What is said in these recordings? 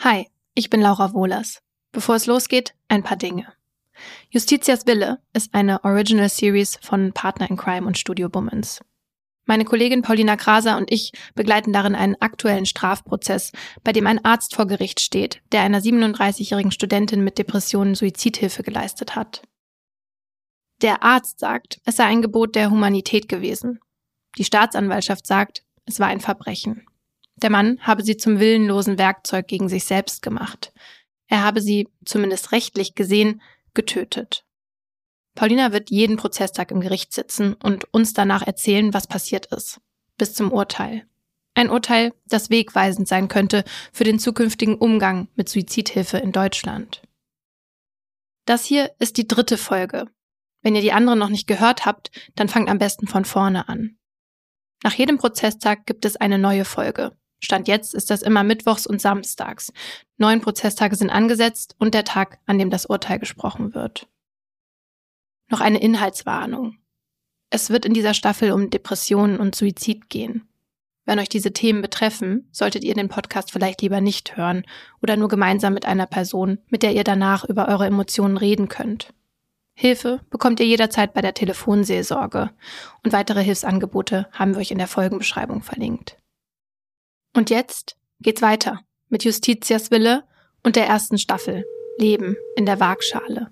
Hi, ich bin Laura Wohlers. Bevor es losgeht, ein paar Dinge. Justitias Wille ist eine Original Series von Partner in Crime und Studio Bummens. Meine Kollegin Paulina Graser und ich begleiten darin einen aktuellen Strafprozess, bei dem ein Arzt vor Gericht steht, der einer 37-jährigen Studentin mit Depressionen Suizidhilfe geleistet hat. Der Arzt sagt, es sei ein Gebot der Humanität gewesen. Die Staatsanwaltschaft sagt, es war ein Verbrechen. Der Mann habe sie zum willenlosen Werkzeug gegen sich selbst gemacht. Er habe sie, zumindest rechtlich gesehen, getötet. Paulina wird jeden Prozesstag im Gericht sitzen und uns danach erzählen, was passiert ist. Bis zum Urteil. Ein Urteil, das wegweisend sein könnte für den zukünftigen Umgang mit Suizidhilfe in Deutschland. Das hier ist die 3. Folge. Wenn ihr die anderen noch nicht gehört habt, dann fangt am besten von vorne an. Nach jedem Prozesstag gibt es eine neue Folge. Stand jetzt ist das immer mittwochs und samstags. 9 Prozesstage sind angesetzt und der Tag, an dem das Urteil gesprochen wird. Noch eine Inhaltswarnung. Es wird in dieser Staffel um Depressionen und Suizid gehen. Wenn euch diese Themen betreffen, solltet ihr den Podcast vielleicht lieber nicht hören oder nur gemeinsam mit einer Person, mit der ihr danach über eure Emotionen reden könnt. Hilfe bekommt ihr jederzeit bei der Telefonseelsorge und weitere Hilfsangebote haben wir euch in der Folgenbeschreibung verlinkt. Und jetzt geht's weiter mit Justitias Wille und der 1. Staffel Leben in der Waagschale.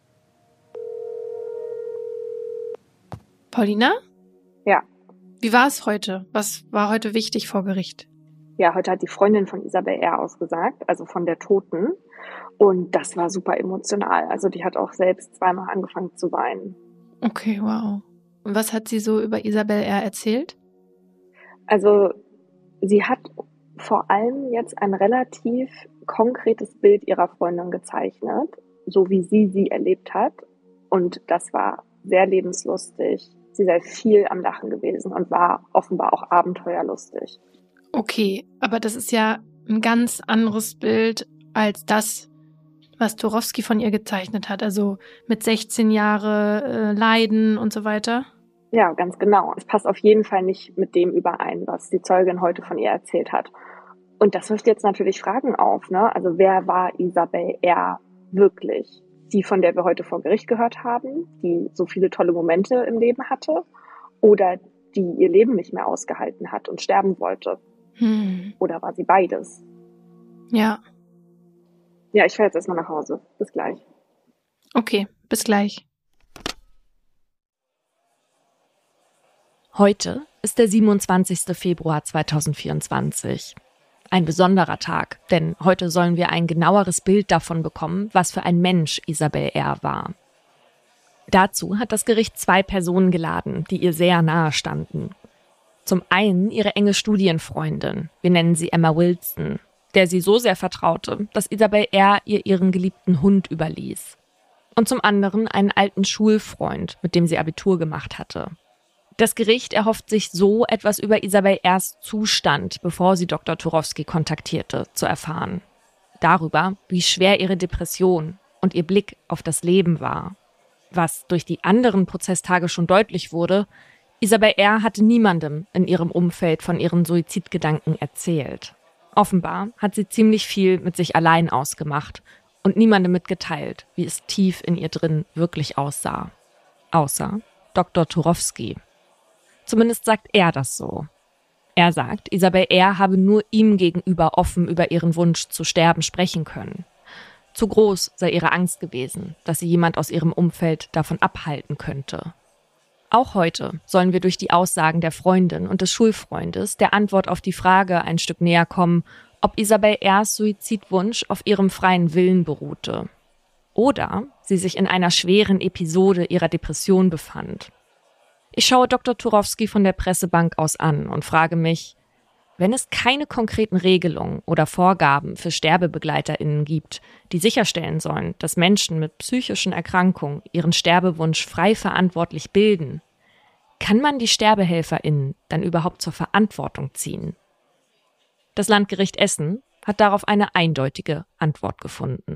Paulina? Ja. Wie war es heute? Was war heute wichtig vor Gericht? Ja, heute hat die Freundin von Isabel R. ausgesagt, also von der Toten. Und das war super emotional. Also die hat auch selbst 2-mal angefangen zu weinen. Okay, wow. Und was hat sie so über Isabel R. erzählt? Also sie hat vor allem jetzt ein relativ konkretes Bild ihrer Freundin gezeichnet, so wie sie erlebt hat. Und das war sehr lebenslustig. Sie sei viel am Lachen gewesen und war offenbar auch abenteuerlustig. Okay, aber das ist ja ein ganz anderes Bild als das, was Turowski von ihr gezeichnet hat. Also mit 16 Jahre Leiden und so weiter. Ja, ganz genau. Es passt auf jeden Fall nicht mit dem überein, was die Zeugin heute von ihr erzählt hat. Und das wirft jetzt natürlich Fragen auf, ne? Also wer war Isabel R. wirklich? Die, von der wir heute vor Gericht gehört haben, die so viele tolle Momente im Leben hatte, oder die ihr Leben nicht mehr ausgehalten hat und sterben wollte? Oder war sie beides? Ja. Ja, ich fahre jetzt erstmal nach Hause. Bis gleich. Okay, bis gleich. Heute ist der 27. Februar 2024. Ein besonderer Tag, denn heute sollen wir ein genaueres Bild davon bekommen, was für ein Mensch Isabel R. war. Dazu hat das Gericht 2 Personen geladen, die ihr sehr nahe standen. Zum einen ihre enge Studienfreundin, wir nennen sie Emma Wilson, der sie so sehr vertraute, dass Isabel R. ihr ihren geliebten Hund überließ. Und zum anderen einen alten Schulfreund, mit dem sie Abitur gemacht hatte. Das Gericht erhofft sich so, etwas über Isabel R.'s Zustand, bevor sie Dr. Turowski kontaktierte, zu erfahren. Darüber, wie schwer ihre Depression und ihr Blick auf das Leben war. Was durch die anderen Prozesstage schon deutlich wurde, Isabel R. hatte niemandem in ihrem Umfeld von ihren Suizidgedanken erzählt. Offenbar hat sie ziemlich viel mit sich allein ausgemacht und niemandem mitgeteilt, wie es tief in ihr drin wirklich aussah. Außer Dr. Turowski. Zumindest sagt er das so. Er sagt, Isabel R. habe nur ihm gegenüber offen über ihren Wunsch zu sterben sprechen können. Zu groß sei ihre Angst gewesen, dass sie jemand aus ihrem Umfeld davon abhalten könnte. Auch heute sollen wir durch die Aussagen der Freundin und des Schulfreundes der Antwort auf die Frage ein Stück näher kommen, ob Isabel R.'s Suizidwunsch auf ihrem freien Willen beruhte. Oder sie sich in einer schweren Episode ihrer Depression befand. Ich schaue Dr. Turowski von der Pressebank aus an und frage mich, wenn es keine konkreten Regelungen oder Vorgaben für SterbebegleiterInnen gibt, die sicherstellen sollen, dass Menschen mit psychischen Erkrankungen ihren Sterbewunsch frei verantwortlich bilden, kann man die SterbehelferInnen dann überhaupt zur Verantwortung ziehen? Das Landgericht Essen hat darauf eine eindeutige Antwort gefunden.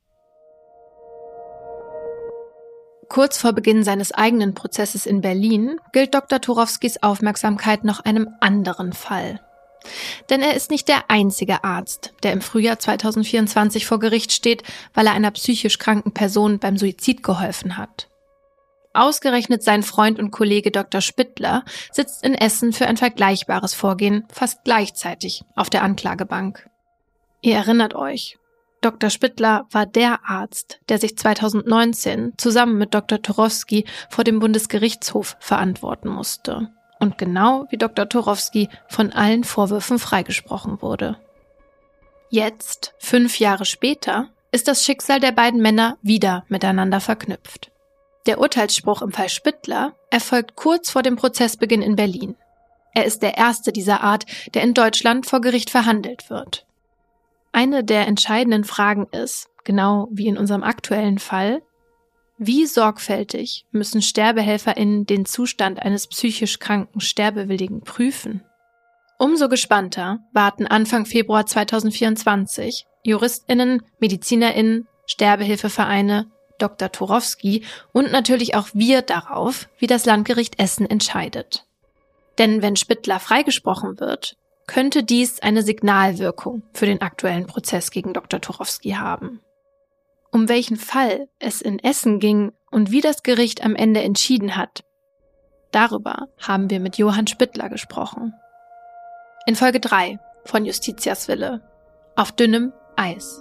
Kurz vor Beginn seines eigenen Prozesses in Berlin gilt Dr. Turowskis Aufmerksamkeit noch einem anderen Fall. Denn er ist nicht der einzige Arzt, der im Frühjahr 2024 vor Gericht steht, weil er einer psychisch kranken Person beim Suizid geholfen hat. Ausgerechnet sein Freund und Kollege Dr. Spittler sitzt in Essen für ein vergleichbares Vorgehen fast gleichzeitig auf der Anklagebank. Ihr erinnert euch, Dr. Spittler war der Arzt, der sich 2019 zusammen mit Dr. Turowski vor dem Bundesgerichtshof verantworten musste. Und genau wie Dr. Turowski von allen Vorwürfen freigesprochen wurde. Jetzt, 5 Jahre später, ist das Schicksal der beiden Männer wieder miteinander verknüpft. Der Urteilsspruch im Fall Spittler erfolgt kurz vor dem Prozessbeginn in Berlin. Er ist der erste dieser Art, der in Deutschland vor Gericht verhandelt wird. Eine der entscheidenden Fragen ist, genau wie in unserem aktuellen Fall, wie sorgfältig müssen SterbehelferInnen den Zustand eines psychisch kranken Sterbewilligen prüfen? Umso gespannter warten Anfang Februar 2024 JuristInnen, MedizinerInnen, Sterbehilfevereine, Dr. Turowski und natürlich auch wir darauf, wie das Landgericht Essen entscheidet. Denn wenn Spittler freigesprochen wird, könnte dies eine Signalwirkung für den aktuellen Prozess gegen Dr. Turowski haben. Um welchen Fall es in Essen ging und wie das Gericht am Ende entschieden hat, darüber haben wir mit Johann Spittler gesprochen. In Folge 3 von Justitias Wille. Auf dünnem Eis.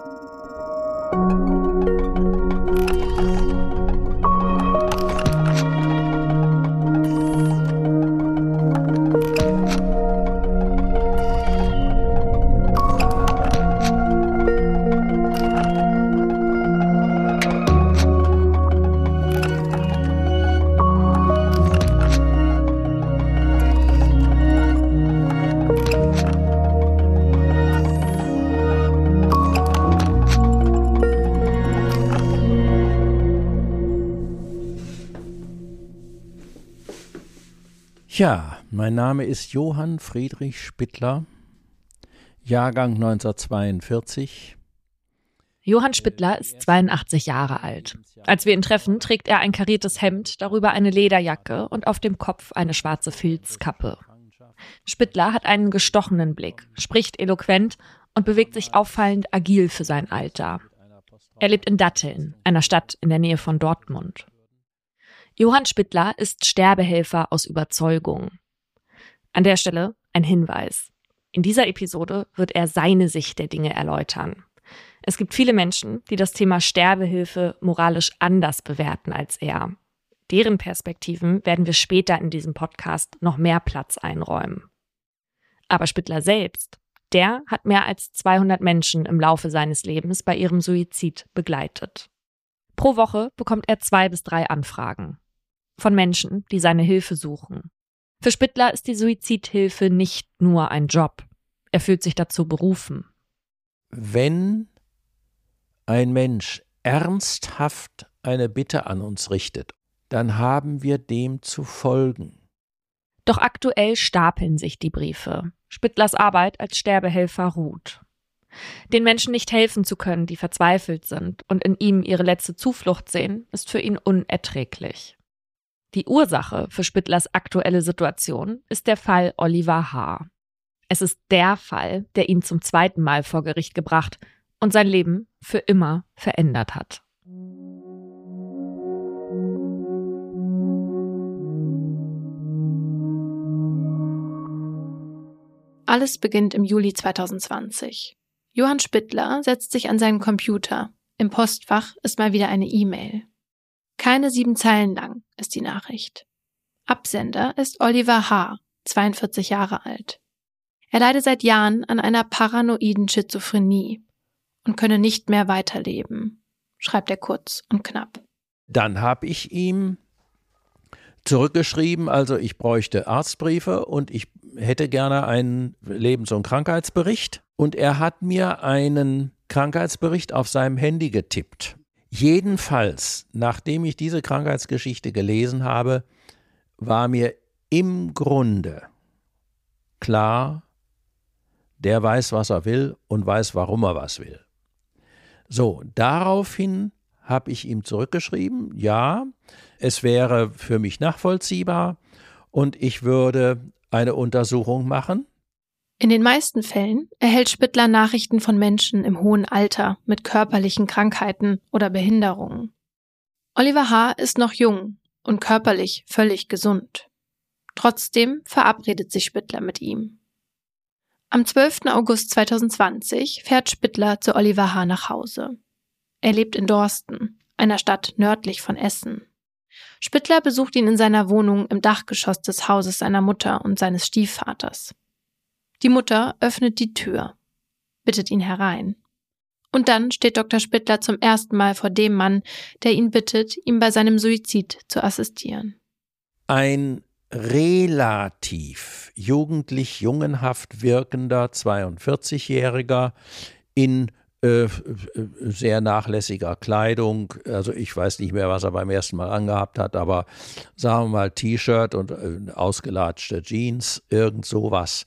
Ja, mein Name ist Johann Friedrich Spittler, Jahrgang 1942. Johann Spittler ist 82 Jahre alt. Als wir ihn treffen, trägt er ein kariertes Hemd, darüber eine Lederjacke und auf dem Kopf eine schwarze Filzkappe. Spittler hat einen gestochenen Blick, spricht eloquent und bewegt sich auffallend agil für sein Alter. Er lebt in Datteln, einer Stadt in der Nähe von Dortmund. Johann Spittler ist Sterbehelfer aus Überzeugung. An der Stelle ein Hinweis. In dieser Episode wird er seine Sicht der Dinge erläutern. Es gibt viele Menschen, die das Thema Sterbehilfe moralisch anders bewerten als er. Deren Perspektiven werden wir später in diesem Podcast noch mehr Platz einräumen. Aber Spittler selbst, der hat mehr als 200 Menschen im Laufe seines Lebens bei ihrem Suizid begleitet. Pro Woche bekommt er 2 bis 3 Anfragen von Menschen, die seine Hilfe suchen. Für Spittler ist die Suizidhilfe nicht nur ein Job. Er fühlt sich dazu berufen. Wenn ein Mensch ernsthaft eine Bitte an uns richtet, dann haben wir dem zu folgen. Doch aktuell stapeln sich die Briefe. Spittlers Arbeit als Sterbehelfer ruht. Den Menschen nicht helfen zu können, die verzweifelt sind und in ihm ihre letzte Zuflucht sehen, ist für ihn unerträglich. Die Ursache für Spittlers aktuelle Situation ist der Fall Oliver H. Es ist der Fall, der ihn zum 2. Mal vor Gericht gebracht und sein Leben für immer verändert hat. Alles beginnt im Juli 2020. Johann Spittler setzt sich an seinen Computer. Im Postfach ist mal wieder eine E-Mail. Keine 7 Zeilen lang ist die Nachricht. Absender ist Oliver H., 42 Jahre alt. Er leide seit Jahren an einer paranoiden Schizophrenie und könne nicht mehr weiterleben, schreibt er kurz und knapp. Dann habe ich ihm zurückgeschrieben, also ich bräuchte Arztbriefe und ich hätte gerne einen Lebens- und Krankheitsbericht. Und er hat mir einen Krankheitsbericht auf seinem Handy getippt. Jedenfalls, nachdem ich diese Krankheitsgeschichte gelesen habe, war mir im Grunde klar, der weiß, was er will und weiß, warum er was will. So, daraufhin habe ich ihm zurückgeschrieben, ja, es wäre für mich nachvollziehbar und ich würde eine Untersuchung machen. In den meisten Fällen erhält Spittler Nachrichten von Menschen im hohen Alter mit körperlichen Krankheiten oder Behinderungen. Oliver H. ist noch jung und körperlich völlig gesund. Trotzdem verabredet sich Spittler mit ihm. Am 12. August 2020 fährt Spittler zu Oliver H. nach Hause. Er lebt in Dorsten, einer Stadt nördlich von Essen. Spittler besucht ihn in seiner Wohnung im Dachgeschoss des Hauses seiner Mutter und seines Stiefvaters. Die Mutter öffnet die Tür, bittet ihn herein. Und dann steht Dr. Spittler zum ersten Mal vor dem Mann, der ihn bittet, ihm bei seinem Suizid zu assistieren. Ein relativ jugendlich jungenhaft wirkender 42-Jähriger in sehr nachlässiger Kleidung, also ich weiß nicht mehr, was er beim ersten Mal angehabt hat, aber sagen wir mal T-Shirt und ausgelatschte Jeans, irgend sowas.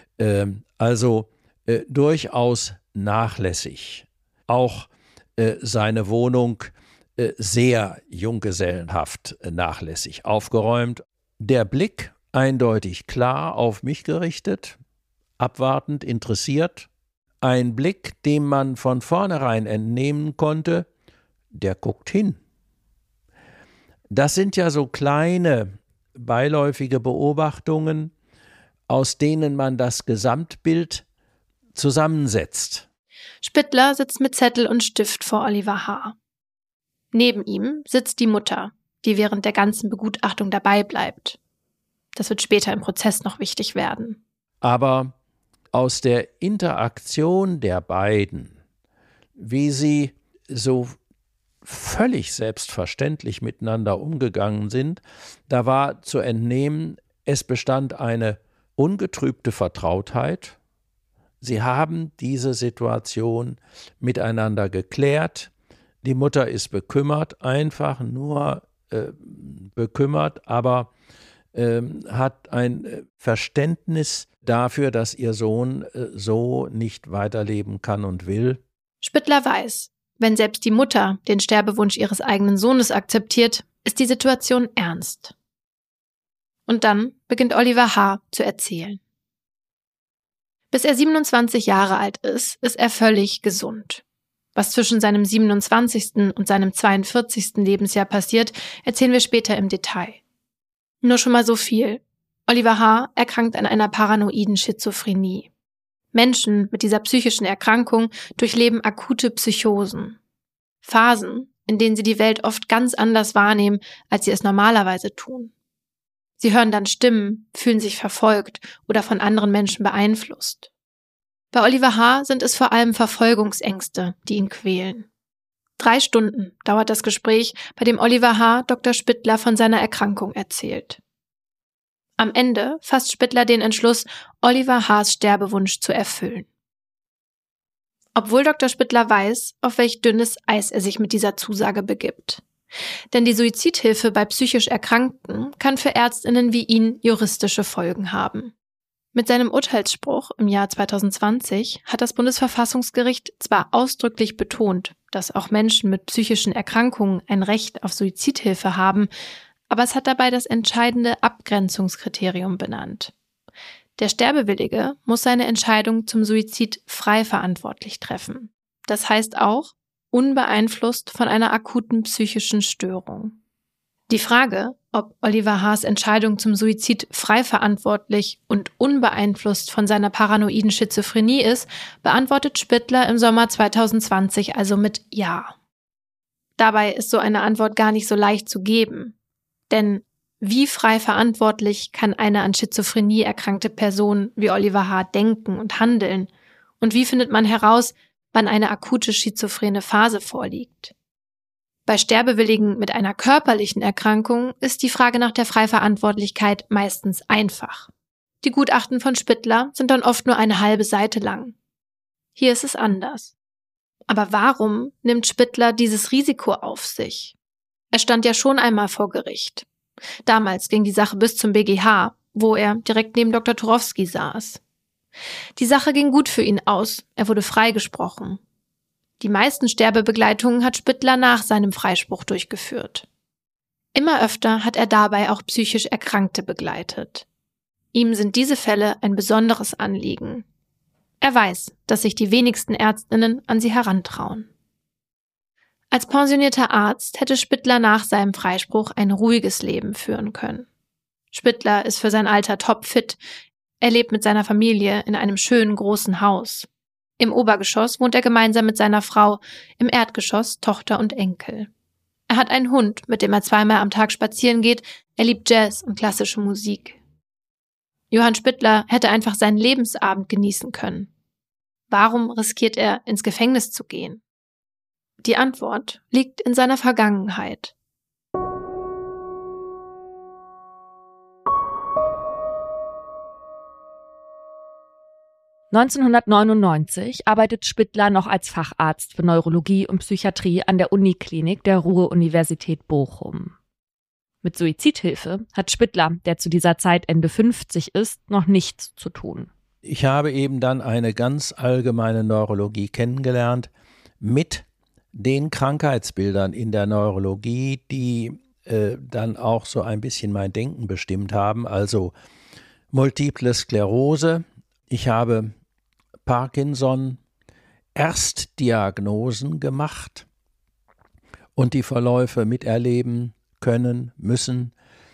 Also durchaus nachlässig. Auch seine Wohnung sehr junggesellenhaft nachlässig aufgeräumt. Der Blick eindeutig klar auf mich gerichtet, abwartend, interessiert. Ein Blick, dem man von vornherein entnehmen konnte, der guckt hin. Das sind ja so kleine, beiläufige Beobachtungen, aus denen man das Gesamtbild zusammensetzt. Spittler sitzt mit Zettel und Stift vor Oliver H. Neben ihm sitzt die Mutter, die während der ganzen Begutachtung dabei bleibt. Das wird später im Prozess noch wichtig werden. Aber aus der Interaktion der beiden, wie sie so völlig selbstverständlich miteinander umgegangen sind, da war zu entnehmen, es bestand eine ungetrübte Vertrautheit. Sie haben diese Situation miteinander geklärt. Die Mutter ist bekümmert, einfach nur bekümmert, aber hat ein Verständnis dafür, dass ihr Sohn so nicht weiterleben kann und will. Spittler weiß, wenn selbst die Mutter den Sterbewunsch ihres eigenen Sohnes akzeptiert, ist die Situation ernst. Und dann beginnt Oliver H. zu erzählen. Bis er 27 Jahre alt ist er völlig gesund. Was zwischen seinem 27. und seinem 42. Lebensjahr passiert, erzählen wir später im Detail. Nur schon mal so viel. Oliver H. erkrankt an einer paranoiden Schizophrenie. Menschen mit dieser psychischen Erkrankung durchleben akute Psychosen. Phasen, in denen sie die Welt oft ganz anders wahrnehmen, als sie es normalerweise tun. Sie hören dann Stimmen, fühlen sich verfolgt oder von anderen Menschen beeinflusst. Bei Oliver H. sind es vor allem Verfolgungsängste, die ihn quälen. 3 Stunden dauert das Gespräch, bei dem Oliver H. Dr. Spittler von seiner Erkrankung erzählt. Am Ende fasst Spittler den Entschluss, Oliver H.'s Sterbewunsch zu erfüllen. Obwohl Dr. Spittler weiß, auf welch dünnes Eis er sich mit dieser Zusage begibt. Denn die Suizidhilfe bei psychisch Erkrankten kann für ÄrztInnen wie ihn juristische Folgen haben. Mit seinem Urteilsspruch im Jahr 2020 hat das Bundesverfassungsgericht zwar ausdrücklich betont, dass auch Menschen mit psychischen Erkrankungen ein Recht auf Suizidhilfe haben, aber es hat dabei das entscheidende Abgrenzungskriterium benannt. Der Sterbewillige muss seine Entscheidung zum Suizid frei verantwortlich treffen. Das heißt auch, unbeeinflusst von einer akuten psychischen Störung. Die Frage, ob Oliver H.'s Entscheidung zum Suizid frei verantwortlich und unbeeinflusst von seiner paranoiden Schizophrenie ist, beantwortet Spittler im Sommer 2020 also mit Ja. Dabei ist so eine Antwort gar nicht so leicht zu geben. Denn wie frei verantwortlich kann eine an Schizophrenie erkrankte Person wie Oliver H. denken und handeln? Und wie findet man heraus, wann eine akute schizophrene Phase vorliegt? Bei Sterbewilligen mit einer körperlichen Erkrankung ist die Frage nach der Freiverantwortlichkeit meistens einfach. Die Gutachten von Spittler sind dann oft nur eine halbe Seite lang. Hier ist es anders. Aber warum nimmt Spittler dieses Risiko auf sich? Er stand ja schon einmal vor Gericht. Damals ging die Sache bis zum BGH, wo er direkt neben Dr. Turowski saß. Die Sache ging gut für ihn aus, er wurde freigesprochen. Die meisten Sterbebegleitungen hat Spittler nach seinem Freispruch durchgeführt. Immer öfter hat er dabei auch psychisch Erkrankte begleitet. Ihm sind diese Fälle ein besonderes Anliegen. Er weiß, dass sich die wenigsten Ärztinnen an sie herantrauen. Als pensionierter Arzt hätte Spittler nach seinem Freispruch ein ruhiges Leben führen können. Spittler ist für sein Alter topfit. Er lebt mit seiner Familie in einem schönen großen Haus. Im Obergeschoss wohnt er gemeinsam mit seiner Frau, im Erdgeschoss Tochter und Enkel. Er hat einen Hund, mit dem er 2-mal am Tag spazieren geht. Er liebt Jazz und klassische Musik. Johann Spittler hätte einfach seinen Lebensabend genießen können. Warum riskiert er, ins Gefängnis zu gehen? Die Antwort liegt in seiner Vergangenheit. (1999) arbeitet Spittler noch als Facharzt für Neurologie und Psychiatrie an der Uniklinik der Ruhr-Universität Bochum. Mit Suizidhilfe hat Spittler, der zu dieser Zeit Ende 50 ist, noch nichts zu tun. Ich habe eben dann eine ganz allgemeine Neurologie kennengelernt mit den Krankheitsbildern in der Neurologie, die dann auch so ein bisschen mein Denken bestimmt haben. Also Multiple Sklerose, ich habe Parkinson, Erstdiagnosen gemacht und die Verläufe miterleben können, müssen,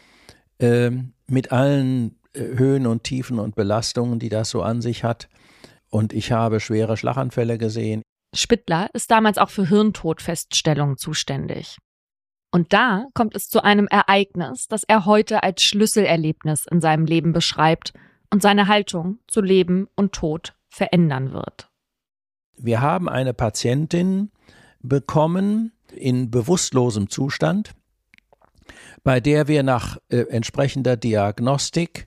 mit allen Höhen und Tiefen und Belastungen, die das so an sich hat. Und ich habe schwere Schlaganfälle gesehen. Spittler ist damals auch für Hirntodfeststellungen zuständig. Und da kommt es zu einem Ereignis, das er heute als Schlüsselerlebnis in seinem Leben beschreibt und seine Haltung zu Leben und Tod verändern wird. Wir haben eine Patientin bekommen in bewusstlosem Zustand, bei der wir nach entsprechender Diagnostik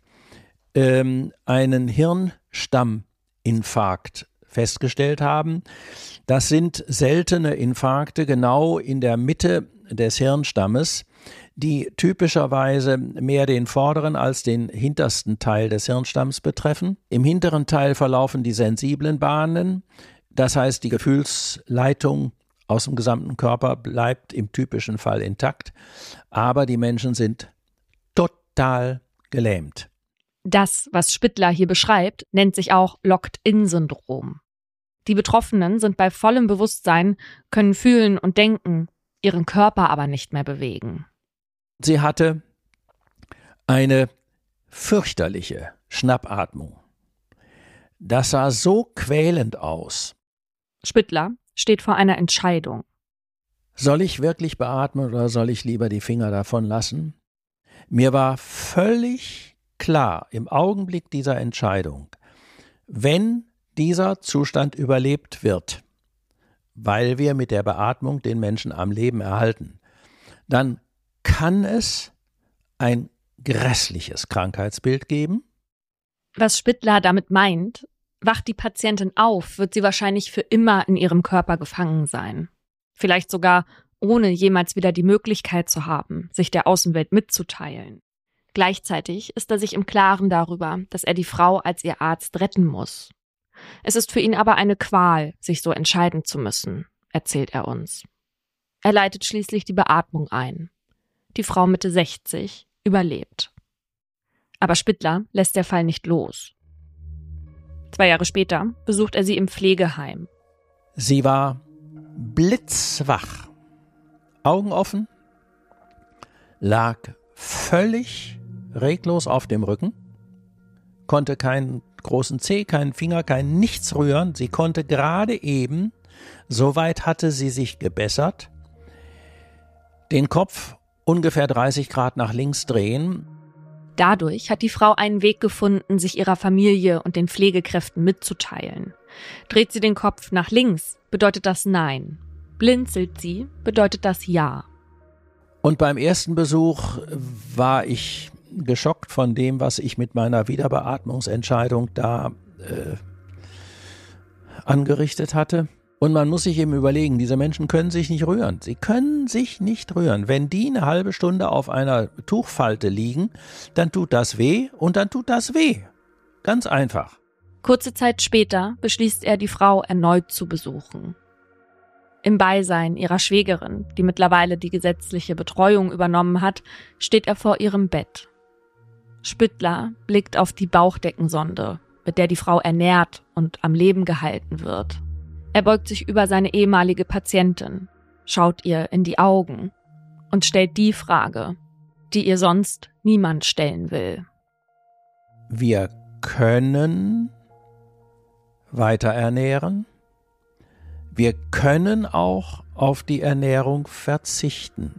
einen Hirnstamminfarkt festgestellt haben. Das sind seltene Infarkte genau in der Mitte des Hirnstammes, die typischerweise mehr den vorderen als den hintersten Teil des Hirnstamms betreffen. Im hinteren Teil verlaufen die sensiblen Bahnen, das heißt, die Gefühlsleitung aus dem gesamten Körper bleibt im typischen Fall intakt, aber die Menschen sind total gelähmt. Das, was Spittler hier beschreibt, nennt sich auch Locked-in-Syndrom. Die Betroffenen sind bei vollem Bewusstsein, können fühlen und denken, ihren Körper aber nicht mehr bewegen. Sie hatte eine fürchterliche Schnappatmung. Das sah so quälend aus. Spittler steht vor einer Entscheidung. Soll ich wirklich beatmen oder soll ich lieber die Finger davon lassen? Mir war völlig klar im Augenblick dieser Entscheidung, wenn dieser Zustand überlebt wird, weil wir mit der Beatmung den Menschen am Leben erhalten, dann kann es ein grässliches Krankheitsbild geben. Was Spittler damit meint, wacht die Patientin auf, wird sie wahrscheinlich für immer in ihrem Körper gefangen sein. Vielleicht sogar ohne jemals wieder die Möglichkeit zu haben, sich der Außenwelt mitzuteilen. Gleichzeitig ist er sich im Klaren darüber, dass er die Frau als ihr Arzt retten muss. Es ist für ihn aber eine Qual, sich so entscheiden zu müssen, erzählt er uns. Er leitet schließlich die Beatmung ein. Die Frau Mitte 60 überlebt. Aber Spittler lässt der Fall nicht los. 2 Jahre später besucht er sie im Pflegeheim. Sie war blitzwach, Augen offen, lag völlig reglos auf dem Rücken, konnte keinen großen Zeh, keinen Finger, kein nichts rühren. Sie konnte gerade eben, soweit hatte sie sich gebessert, den Kopf ungefähr 30 Grad nach links drehen. Dadurch hat die Frau einen Weg gefunden, sich ihrer Familie und den Pflegekräften mitzuteilen. Dreht sie den Kopf nach links, bedeutet das Nein. Blinzelt sie, bedeutet das Ja. Und beim ersten Besuch war ich geschockt von dem, was ich mit meiner Wiederbeatmungsentscheidung da angerichtet hatte. Und man muss sich eben überlegen, diese Menschen können sich nicht rühren. Sie können sich nicht rühren. Wenn die eine halbe Stunde auf einer Tuchfalte liegen, dann tut das weh und dann tut das weh. Ganz einfach. Kurze Zeit später beschließt er, die Frau erneut zu besuchen. Im Beisein ihrer Schwägerin, die mittlerweile die gesetzliche Betreuung übernommen hat, steht er vor ihrem Bett. Spittler blickt auf die Bauchdeckensonde, mit der die Frau ernährt und am Leben gehalten wird. Er beugt sich über seine ehemalige Patientin, schaut ihr in die Augen und stellt die Frage, die ihr sonst niemand stellen will. Wir können weiter ernähren. Wir können auch auf die Ernährung verzichten.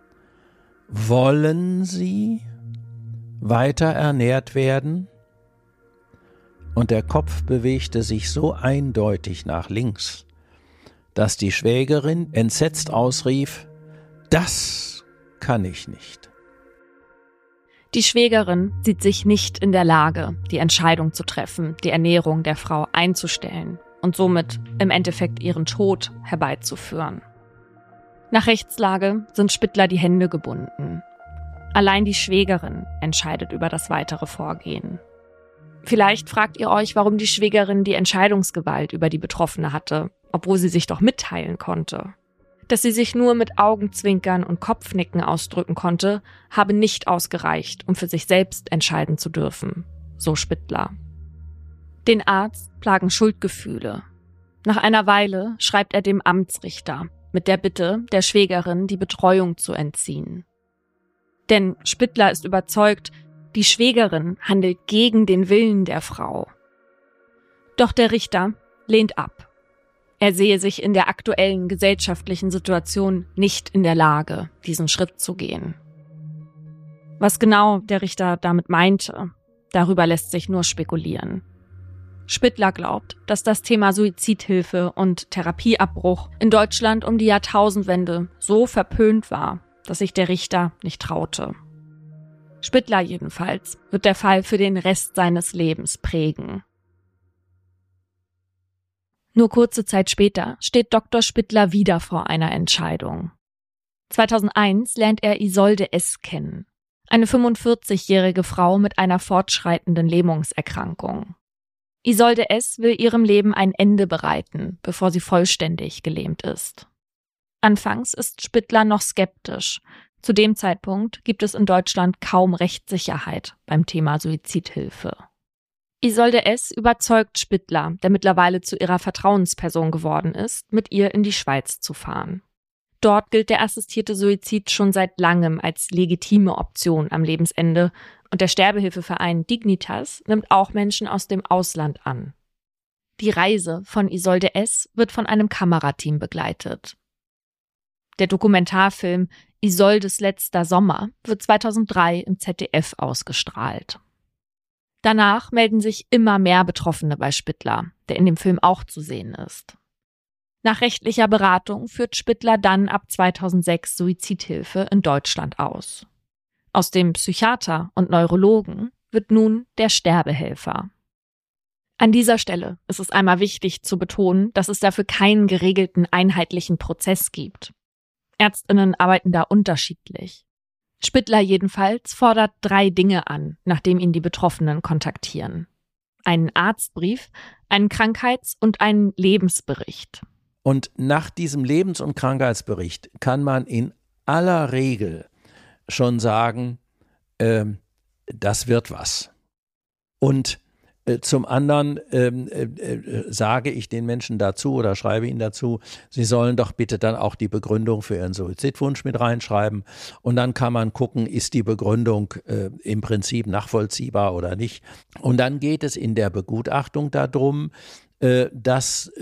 Wollen Sie weiter ernährt werden? Und der Kopf bewegte sich so eindeutig nach links, dass die Schwägerin entsetzt ausrief: Das kann ich nicht. Die Schwägerin sieht sich nicht in der Lage, die Entscheidung zu treffen, die Ernährung der Frau einzustellen und somit im Endeffekt ihren Tod herbeizuführen. Nach Rechtslage sind Spittler die Hände gebunden. Allein die Schwägerin entscheidet über das weitere Vorgehen. Vielleicht fragt ihr euch, warum die Schwägerin die Entscheidungsgewalt über die Betroffene hatte, obwohl sie sich doch mitteilen konnte. Dass sie sich nur mit Augenzwinkern und Kopfnicken ausdrücken konnte, habe nicht ausgereicht, um für sich selbst entscheiden zu dürfen, so Spittler. Den Arzt plagen Schuldgefühle. Nach einer Weile schreibt er dem Amtsrichter mit der Bitte, der Schwägerin die Betreuung zu entziehen. Denn Spittler ist überzeugt, die Schwägerin handelt gegen den Willen der Frau. Doch der Richter lehnt ab. Er sehe sich in der aktuellen gesellschaftlichen Situation nicht in der Lage, diesen Schritt zu gehen. Was genau der Richter damit meinte, darüber lässt sich nur spekulieren. Spittler glaubt, dass das Thema Suizidhilfe und Therapieabbruch in Deutschland um die Jahrtausendwende so verpönt war, dass sich der Richter nicht traute. Spittler jedenfalls wird der Fall für den Rest seines Lebens prägen. Nur kurze Zeit später steht Dr. Spittler wieder vor einer Entscheidung. 2001 lernt er Isolde S. kennen, eine 45-jährige Frau mit einer fortschreitenden Lähmungserkrankung. Isolde S. will ihrem Leben ein Ende bereiten, bevor sie vollständig gelähmt ist. Anfangs ist Spittler noch skeptisch. Zu dem Zeitpunkt gibt es in Deutschland kaum Rechtssicherheit beim Thema Suizidhilfe. Isolde S. überzeugt Spittler, der mittlerweile zu ihrer Vertrauensperson geworden ist, mit ihr in die Schweiz zu fahren. Dort gilt der assistierte Suizid schon seit langem als legitime Option am Lebensende und der Sterbehilfeverein Dignitas nimmt auch Menschen aus dem Ausland an. Die Reise von Isolde S. wird von einem Kamerateam begleitet. Der Dokumentarfilm Isoldes letzter Sommer wird 2003 im ZDF ausgestrahlt. Danach melden sich immer mehr Betroffene bei Spittler, der in dem Film auch zu sehen ist. Nach rechtlicher Beratung führt Spittler dann ab 2006 Suizidhilfe in Deutschland aus. Aus dem Psychiater und Neurologen wird nun der Sterbehelfer. An dieser Stelle ist es einmal wichtig zu betonen, dass es dafür keinen geregelten einheitlichen Prozess gibt. ÄrztInnen arbeiten da unterschiedlich. Spittler jedenfalls fordert 3 Dinge an, nachdem ihn die Betroffenen kontaktieren. Einen Arztbrief, einen Krankheits- und einen Lebensbericht. Und nach diesem Lebens- und Krankheitsbericht kann man in aller Regel schon sagen, das wird was. Und zum anderen sage ich den Menschen dazu oder schreibe ihnen dazu, sie sollen doch bitte dann auch die Begründung für ihren Suizidwunsch mit reinschreiben. Und dann kann man gucken, ist die Begründung im Prinzip nachvollziehbar oder nicht. Und dann geht es in der Begutachtung darum, das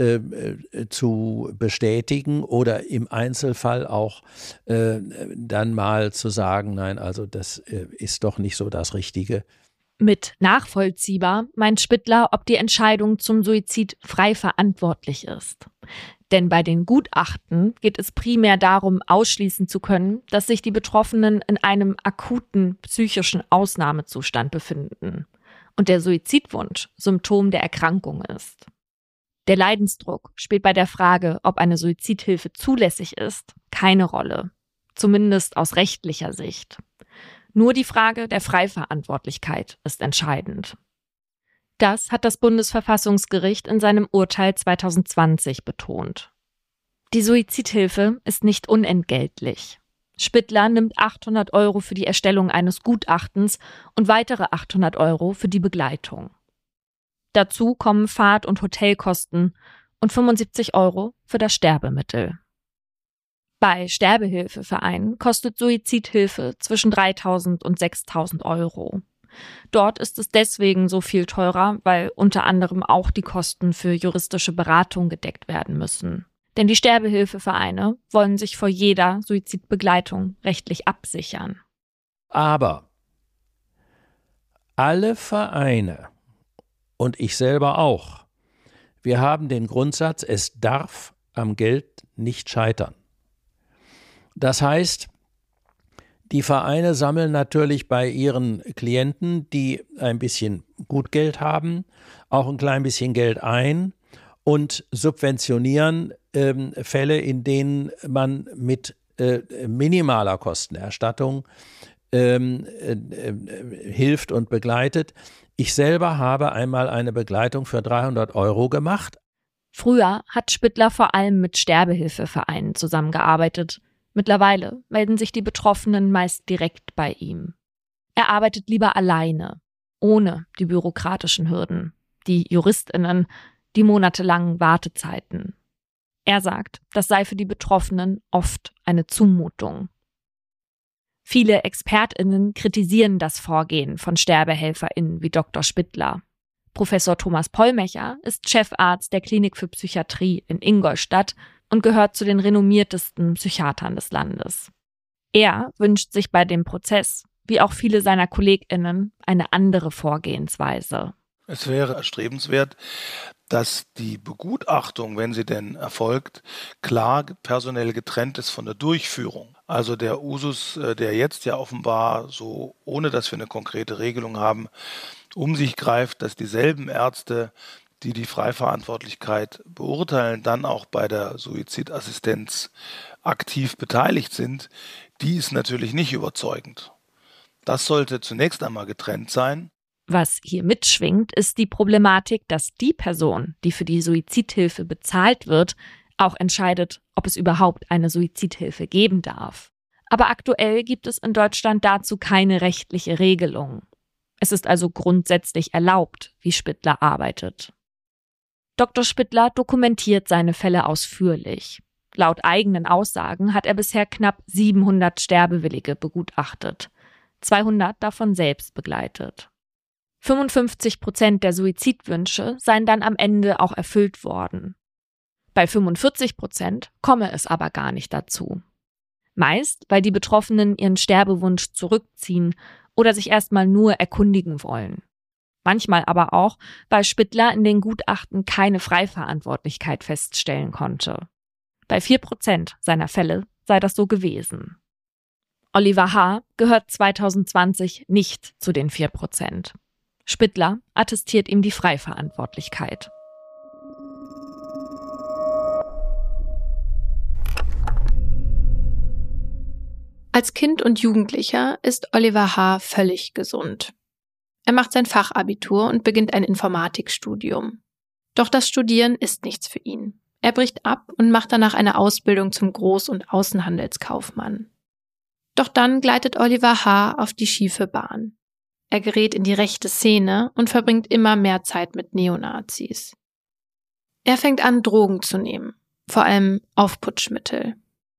zu bestätigen oder im Einzelfall auch dann mal zu sagen, nein, also das ist doch nicht so das Richtige. Mit nachvollziehbar meint Spittler, ob die Entscheidung zum Suizid frei verantwortlich ist. Denn bei den Gutachten geht es primär darum, ausschließen zu können, dass sich die Betroffenen in einem akuten psychischen Ausnahmezustand befinden und der Suizidwunsch Symptom der Erkrankung ist. Der Leidensdruck spielt bei der Frage, ob eine Suizidhilfe zulässig ist, keine Rolle, zumindest aus rechtlicher Sicht. Nur die Frage der Freiverantwortlichkeit ist entscheidend. Das hat das Bundesverfassungsgericht in seinem Urteil 2020 betont. Die Suizidhilfe ist nicht unentgeltlich. Spittler nimmt 800 € für die Erstellung eines Gutachtens und weitere 800 € für die Begleitung. Dazu kommen Fahrt- und Hotelkosten und 75 € für das Sterbemittel. Bei Sterbehilfevereinen kostet Suizidhilfe zwischen 3.000 und 6.000 €. Dort ist es deswegen so viel teurer, weil unter anderem auch die Kosten für juristische Beratung gedeckt werden müssen. Denn die Sterbehilfevereine wollen sich vor jeder Suizidbegleitung rechtlich absichern. Aber alle Vereine und ich selber auch, wir haben den Grundsatz, es darf am Geld nicht scheitern. Das heißt, die Vereine sammeln natürlich bei ihren Klienten, die ein bisschen Gutgeld haben, auch ein klein bisschen Geld ein und subventionieren Fälle, in denen man mit minimaler Kostenerstattung hilft und begleitet. Ich selber habe einmal eine Begleitung für 300 € gemacht. Früher hat Spittler vor allem mit Sterbehilfevereinen zusammengearbeitet. Mittlerweile melden sich die Betroffenen meist direkt bei ihm. Er arbeitet lieber alleine, ohne die bürokratischen Hürden, die JuristInnen, die monatelangen Wartezeiten. Er sagt, das sei für die Betroffenen oft eine Zumutung. Viele ExpertInnen kritisieren das Vorgehen von SterbehelferInnen wie Dr. Spittler. Professor Thomas Pollmecher ist Chefarzt der Klinik für Psychiatrie in Ingolstadt und gehört zu den renommiertesten Psychiatern des Landes. Er wünscht sich bei dem Prozess, wie auch viele seiner KollegInnen, eine andere Vorgehensweise. Es wäre erstrebenswert, dass die Begutachtung, wenn sie denn erfolgt, klar personell getrennt ist von der Durchführung. Also der Usus, der jetzt ja offenbar so, ohne dass wir eine konkrete Regelung haben, um sich greift, dass dieselben Ärzte, die die Freiverantwortlichkeit beurteilen, dann auch bei der Suizidassistenz aktiv beteiligt sind, die ist natürlich nicht überzeugend. Das sollte zunächst einmal getrennt sein. Was hier mitschwingt, ist die Problematik, dass die Person, die für die Suizidhilfe bezahlt wird, auch entscheidet, ob es überhaupt eine Suizidhilfe geben darf. Aber aktuell gibt es in Deutschland dazu keine rechtliche Regelung. Es ist also grundsätzlich erlaubt, wie Spittler arbeitet. Dr. Spittler dokumentiert seine Fälle ausführlich. Laut eigenen Aussagen hat er bisher knapp 700 Sterbewillige begutachtet, 200 davon selbst begleitet. 55% der Suizidwünsche seien dann am Ende auch erfüllt worden. Bei 45% komme es aber gar nicht dazu. Meist, weil die Betroffenen ihren Sterbewunsch zurückziehen oder sich erstmal nur erkundigen wollen. Manchmal aber auch, weil Spittler in den Gutachten keine Freiverantwortlichkeit feststellen konnte. Bei 4% seiner Fälle sei das so gewesen. Oliver H. gehört 2020 nicht zu den 4%. Spittler attestiert ihm die Freiverantwortlichkeit. Als Kind und Jugendlicher ist Oliver H. völlig gesund. Er macht sein Fachabitur und beginnt ein Informatikstudium. Doch das Studieren ist nichts für ihn. Er bricht ab und macht danach eine Ausbildung zum Groß- und Außenhandelskaufmann. Doch dann gleitet Oliver H. auf die schiefe Bahn. Er gerät in die rechte Szene und verbringt immer mehr Zeit mit Neonazis. Er fängt an, Drogen zu nehmen, vor allem Aufputschmittel.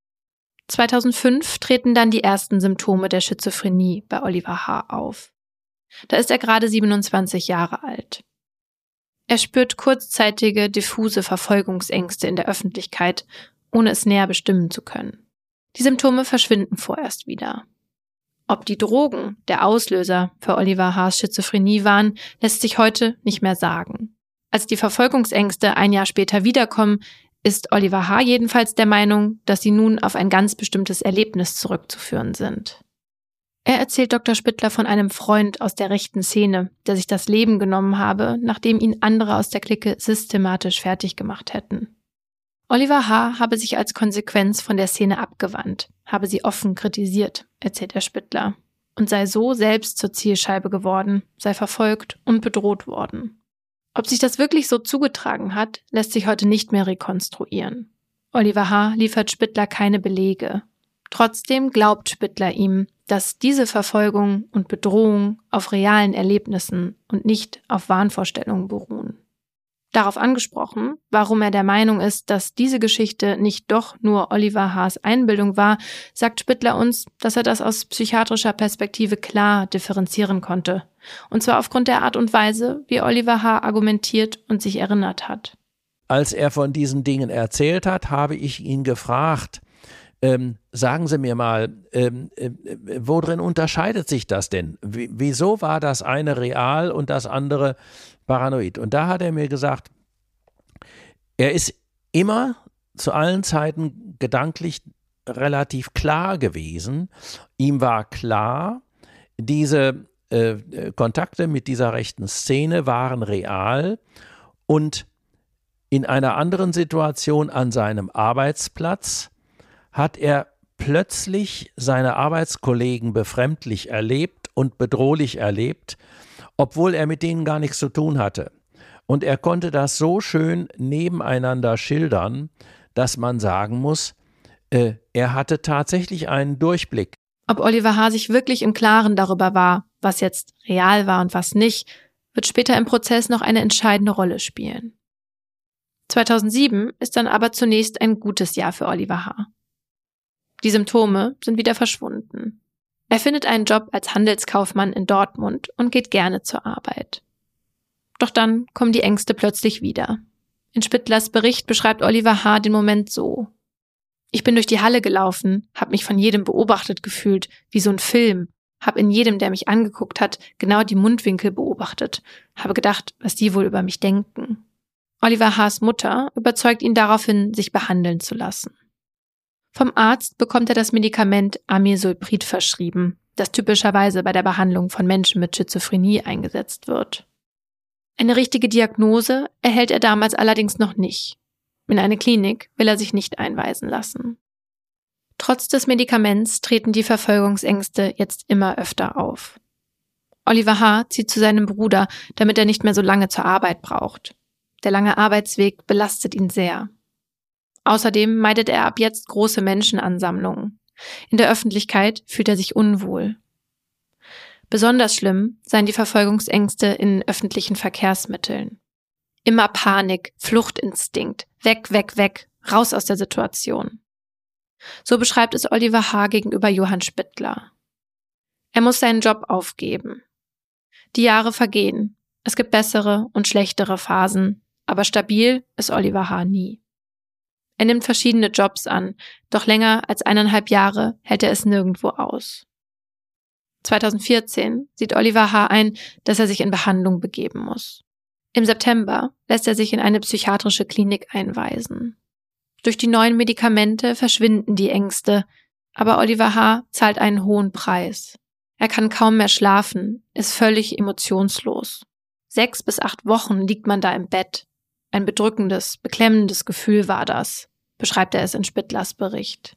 2005 treten dann die ersten Symptome der Schizophrenie bei Oliver H. auf. Da ist er gerade 27 Jahre alt. Er spürt kurzzeitige, diffuse Verfolgungsängste in der Öffentlichkeit, ohne es näher bestimmen zu können. Die Symptome verschwinden vorerst wieder. Ob die Drogen der Auslöser für Oliver H.'s Schizophrenie waren, lässt sich heute nicht mehr sagen. Als die Verfolgungsängste ein Jahr später wiederkommen, ist Oliver H. jedenfalls der Meinung, dass sie nun auf ein ganz bestimmtes Erlebnis zurückzuführen sind. Er erzählt Dr. Spittler von einem Freund aus der rechten Szene, der sich das Leben genommen habe, nachdem ihn andere aus der Clique systematisch fertig gemacht hätten. Oliver H. habe sich als Konsequenz von der Szene abgewandt, habe sie offen kritisiert, erzählt der Spittler, und sei so selbst zur Zielscheibe geworden, sei verfolgt und bedroht worden. Ob sich das wirklich so zugetragen hat, lässt sich heute nicht mehr rekonstruieren. Oliver H. liefert Spittler keine Belege. Trotzdem glaubt Spittler ihm, dass diese Verfolgung und Bedrohung auf realen Erlebnissen und nicht auf Wahnvorstellungen beruhen. Darauf angesprochen, warum er der Meinung ist, dass diese Geschichte nicht doch nur Oliver H.'s Einbildung war, sagt Spittler uns, dass er das aus psychiatrischer Perspektive klar differenzieren konnte. Und zwar aufgrund der Art und Weise, wie Oliver H. argumentiert und sich erinnert hat. Als er von diesen Dingen erzählt hat, habe ich ihn gefragt, sagen Sie mir mal, worin unterscheidet sich das denn? Wieso war das eine real und das andere paranoid? Und da hat er mir gesagt, er ist immer zu allen Zeiten gedanklich relativ klar gewesen. Ihm war klar, diese Kontakte mit dieser rechten Szene waren real und in einer anderen Situation an seinem Arbeitsplatz hat er plötzlich seine Arbeitskollegen befremdlich erlebt und bedrohlich erlebt, obwohl er mit denen gar nichts zu tun hatte. Und er konnte das so schön nebeneinander schildern, dass man sagen muss, er hatte tatsächlich einen Durchblick. Ob Oliver H. sich wirklich im Klaren darüber war, was jetzt real war und was nicht, wird später im Prozess noch eine entscheidende Rolle spielen. 2007 ist dann aber zunächst ein gutes Jahr für Oliver H. Die Symptome sind wieder verschwunden. Er findet einen Job als Handelskaufmann in Dortmund und geht gerne zur Arbeit. Doch dann kommen die Ängste plötzlich wieder. In Spittlers Bericht beschreibt Oliver H. den Moment so: Ich bin durch die Halle gelaufen, habe mich von jedem beobachtet gefühlt, wie so ein Film, habe in jedem, der mich angeguckt hat, genau die Mundwinkel beobachtet, habe gedacht, was die wohl über mich denken. Oliver H.'s Mutter überzeugt ihn daraufhin, sich behandeln zu lassen. Vom Arzt bekommt er das Medikament Amisulprid verschrieben, das typischerweise bei der Behandlung von Menschen mit Schizophrenie eingesetzt wird. Eine richtige Diagnose erhält er damals allerdings noch nicht. In eine Klinik will er sich nicht einweisen lassen. Trotz des Medikaments treten die Verfolgungsängste jetzt immer öfter auf. Oliver H. zieht zu seinem Bruder, damit er nicht mehr so lange zur Arbeit braucht. Der lange Arbeitsweg belastet ihn sehr. Außerdem meidet er ab jetzt große Menschenansammlungen. In der Öffentlichkeit fühlt er sich unwohl. Besonders schlimm seien die Verfolgungsängste in öffentlichen Verkehrsmitteln. Immer Panik, Fluchtinstinkt, weg, weg, weg, raus aus der Situation. So beschreibt es Oliver H. gegenüber Johann Spittler. Er muss seinen Job aufgeben. Die Jahre vergehen. Es gibt bessere und schlechtere Phasen, aber stabil ist Oliver H. nie. Er nimmt verschiedene Jobs an, doch länger als 1,5 Jahre hält er es nirgendwo aus. 2014 sieht Oliver H. ein, dass er sich in Behandlung begeben muss. Im September lässt er sich in eine psychiatrische Klinik einweisen. Durch die neuen Medikamente verschwinden die Ängste, aber Oliver H. zahlt einen hohen Preis. Er kann kaum mehr schlafen, ist völlig emotionslos. 6 bis 8 Wochen liegt man da im Bett. Ein bedrückendes, beklemmendes Gefühl war das, beschreibt er es in Spittlers Bericht.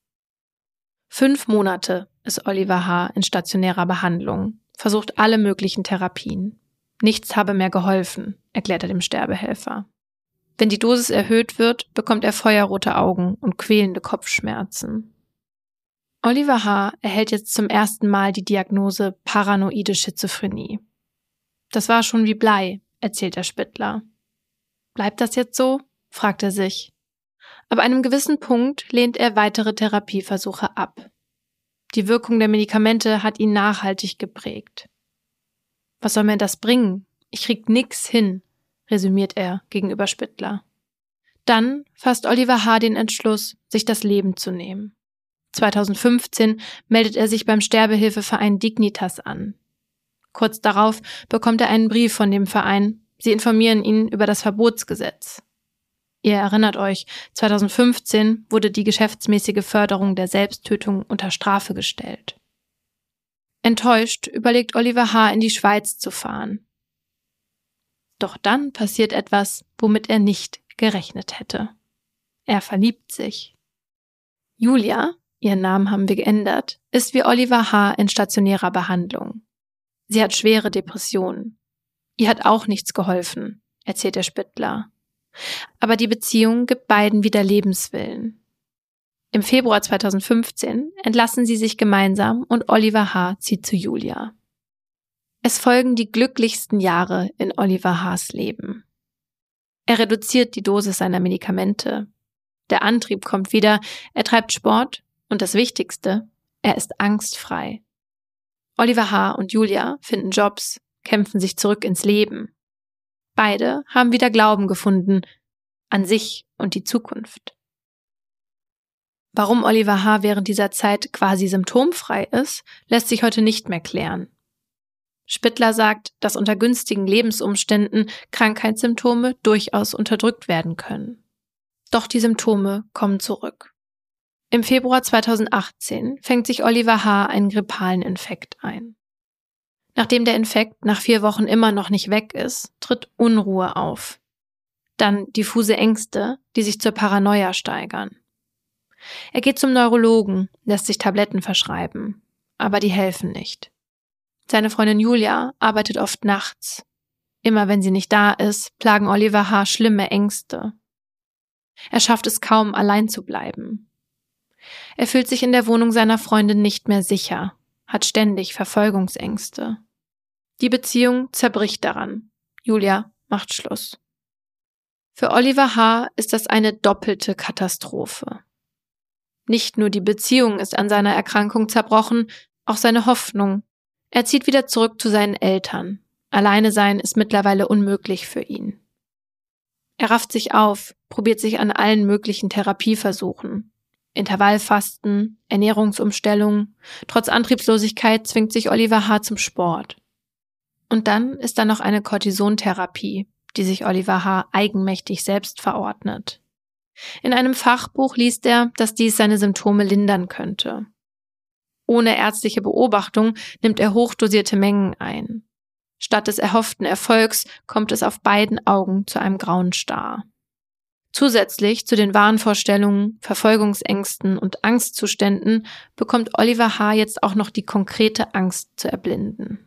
5 Monate ist Oliver H. in stationärer Behandlung, versucht alle möglichen Therapien. Nichts habe mehr geholfen, erklärt er dem Sterbehelfer. Wenn die Dosis erhöht wird, bekommt er feuerrote Augen und quälende Kopfschmerzen. Oliver H. erhält jetzt zum ersten Mal die Diagnose paranoide Schizophrenie. Das war schon wie Blei, erzählt der Spittler. Bleibt das jetzt so? Fragt er sich. Ab einem gewissen Punkt lehnt er weitere Therapieversuche ab. Die Wirkung der Medikamente hat ihn nachhaltig geprägt. Was soll mir das bringen? Ich krieg nix hin, resümiert er gegenüber Spittler. Dann fasst Oliver H. den Entschluss, sich das Leben zu nehmen. 2015 meldet er sich beim Sterbehilfeverein Dignitas an. Kurz darauf bekommt er einen Brief von dem Verein. Sie informieren ihn über das Verbotsgesetz. Ihr erinnert euch, 2015 wurde die geschäftsmäßige Förderung der Selbsttötung unter Strafe gestellt. Enttäuscht überlegt Oliver H. in die Schweiz zu fahren. Doch dann passiert etwas, womit er nicht gerechnet hätte. Er verliebt sich. Julia, ihren Namen haben wir geändert, ist wie Oliver H. in stationärer Behandlung. Sie hat schwere Depressionen. Ihr hat auch nichts geholfen, erzählt der Spittler. Aber die Beziehung gibt beiden wieder Lebenswillen. Im Februar 2015 entlassen sie sich gemeinsam und Oliver H. zieht zu Julia. Es folgen die glücklichsten Jahre in Oliver H.'s Leben. Er reduziert die Dosis seiner Medikamente. Der Antrieb kommt wieder, er treibt Sport und das Wichtigste, er ist angstfrei. Oliver H. und Julia finden Jobs, kämpfen sich zurück ins Leben. Beide haben wieder Glauben gefunden an sich und die Zukunft. Warum Oliver H. während dieser Zeit quasi symptomfrei ist, lässt sich heute nicht mehr klären. Spittler sagt, dass unter günstigen Lebensumständen Krankheitssymptome durchaus unterdrückt werden können. Doch die Symptome kommen zurück. Im Februar 2018 fängt sich Oliver H. einen grippalen Infekt ein. Nachdem der Infekt nach 4 Wochen immer noch nicht weg ist, tritt Unruhe auf. Dann diffuse Ängste, die sich zur Paranoia steigern. Er geht zum Neurologen, lässt sich Tabletten verschreiben, aber die helfen nicht. Seine Freundin Julia arbeitet oft nachts. Immer wenn sie nicht da ist, plagen Oliver H. schlimme Ängste. Er schafft es kaum, allein zu bleiben. Er fühlt sich in der Wohnung seiner Freundin nicht mehr sicher, hat ständig Verfolgungsängste. Die Beziehung zerbricht daran. Julia macht Schluss. Für Oliver H. ist das eine doppelte Katastrophe. Nicht nur die Beziehung ist an seiner Erkrankung zerbrochen, auch seine Hoffnung. Er zieht wieder zurück zu seinen Eltern. Alleine sein ist mittlerweile unmöglich für ihn. Er rafft sich auf, probiert sich an allen möglichen Therapieversuchen. Intervallfasten, Ernährungsumstellung. Trotz Antriebslosigkeit zwingt sich Oliver H. zum Sport. Und dann ist da noch eine Cortisontherapie, die sich Oliver H. eigenmächtig selbst verordnet. In einem Fachbuch liest er, dass dies seine Symptome lindern könnte. Ohne ärztliche Beobachtung nimmt er hochdosierte Mengen ein. Statt des erhofften Erfolgs kommt es auf beiden Augen zu einem grauen Star. Zusätzlich zu den Wahnvorstellungen, Verfolgungsängsten und Angstzuständen bekommt Oliver H. jetzt auch noch die konkrete Angst zu erblinden.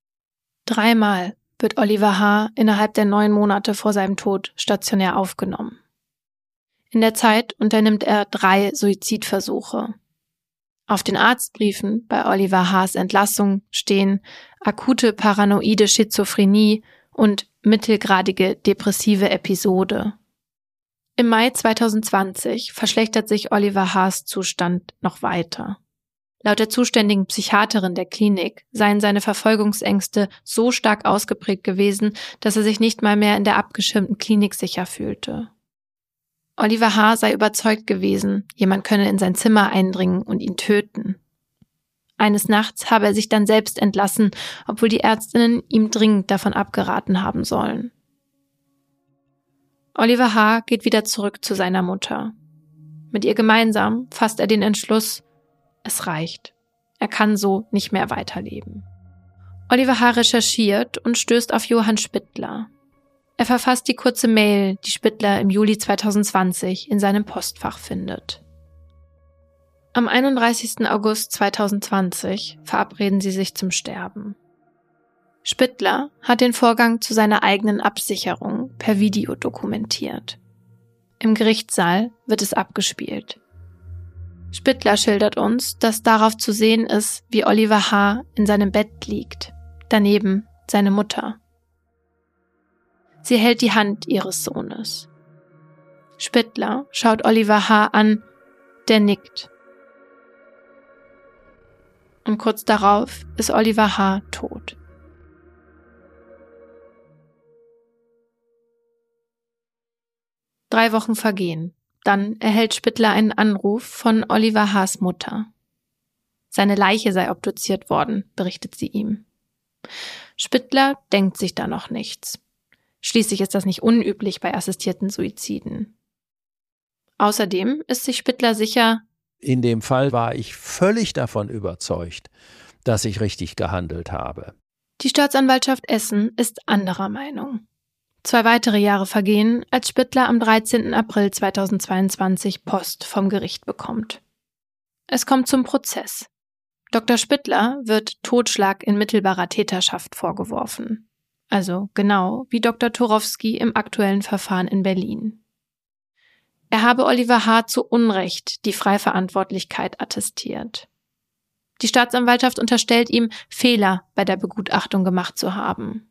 3-mal wird Oliver H. innerhalb der 9 Monate vor seinem Tod stationär aufgenommen. In der Zeit unternimmt er 3 Suizidversuche. Auf den Arztbriefen bei Oliver H.'s Entlassung stehen akute paranoide Schizophrenie und mittelgradige depressive Episode. Im Mai 2020 verschlechtert sich Oliver H.'s Zustand noch weiter. Laut der zuständigen Psychiaterin der Klinik seien seine Verfolgungsängste so stark ausgeprägt gewesen, dass er sich nicht mal mehr in der abgeschirmten Klinik sicher fühlte. Oliver H. sei überzeugt gewesen, jemand könne in sein Zimmer eindringen und ihn töten. Eines Nachts habe er sich dann selbst entlassen, obwohl die Ärztinnen ihm dringend davon abgeraten haben sollen. Oliver H. geht wieder zurück zu seiner Mutter. Mit ihr gemeinsam fasst er den Entschluss, es reicht. Er kann so nicht mehr weiterleben. Oliver H. recherchiert und stößt auf Johann Spittler. Er verfasst die kurze Mail, die Spittler im Juli 2020 in seinem Postfach findet. Am 31. August 2020 verabreden sie sich zum Sterben. Spittler hat den Vorgang zu seiner eigenen Absicherung per Video dokumentiert. Im Gerichtssaal wird es abgespielt. Spittler schildert uns, dass darauf zu sehen ist, wie Oliver H. in seinem Bett liegt, daneben seine Mutter. Sie hält die Hand ihres Sohnes. Spittler schaut Oliver H. an, der nickt. Und kurz darauf ist Oliver H. tot. Drei Wochen vergehen. Dann erhält Spittler einen Anruf von Oliver H.'s Mutter. Seine Leiche sei obduziert worden, berichtet sie ihm. Spittler denkt sich da noch nichts. Schließlich ist das nicht unüblich bei assistierten Suiziden. Außerdem ist sich Spittler sicher, in dem Fall war ich völlig davon überzeugt, dass ich richtig gehandelt habe. Die Staatsanwaltschaft Essen ist anderer Meinung. 2 weitere Jahre vergehen, als Spittler am 13. April 2022 Post vom Gericht bekommt. Es kommt zum Prozess. Dr. Spittler wird Totschlag in mittelbarer Täterschaft vorgeworfen. Also genau wie Dr. Turowski im aktuellen Verfahren in Berlin. Er habe Oliver H. zu Unrecht die Freiverantwortlichkeit attestiert. Die Staatsanwaltschaft unterstellt ihm, Fehler bei der Begutachtung gemacht zu haben.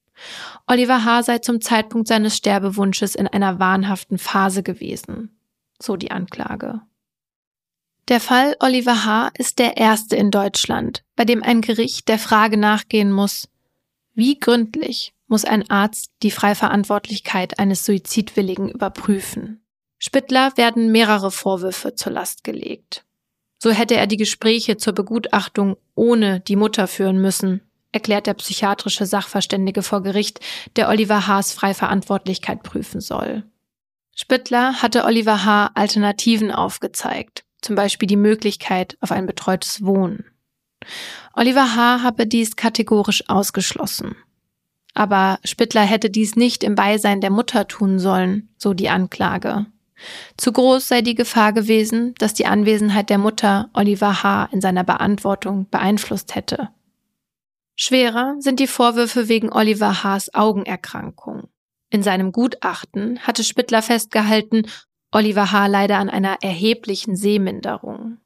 Oliver H. sei zum Zeitpunkt seines Sterbewunsches in einer wahnhaften Phase gewesen, so die Anklage. Der Fall Oliver H. ist der erste in Deutschland, bei dem ein Gericht der Frage nachgehen muss, wie gründlich muss ein Arzt die Freiverantwortlichkeit eines Suizidwilligen überprüfen. Spittler werden mehrere Vorwürfe zur Last gelegt. So hätte er die Gespräche zur Begutachtung ohne die Mutter führen müssen, erklärt der psychiatrische Sachverständige vor Gericht, der Oliver H.'s Freiverantwortlichkeit prüfen soll. Spittler hatte Oliver H. Alternativen aufgezeigt, zum Beispiel die Möglichkeit auf ein betreutes Wohnen. Oliver H. habe dies kategorisch ausgeschlossen. Aber Spittler hätte dies nicht im Beisein der Mutter tun sollen, so die Anklage. Zu groß sei die Gefahr gewesen, dass die Anwesenheit der Mutter Oliver H. in seiner Beantwortung beeinflusst hätte. Schwerer sind die Vorwürfe wegen Oliver H.'s Augenerkrankung. In seinem Gutachten hatte Spittler festgehalten, Oliver H. leide an einer erheblichen Sehminderung.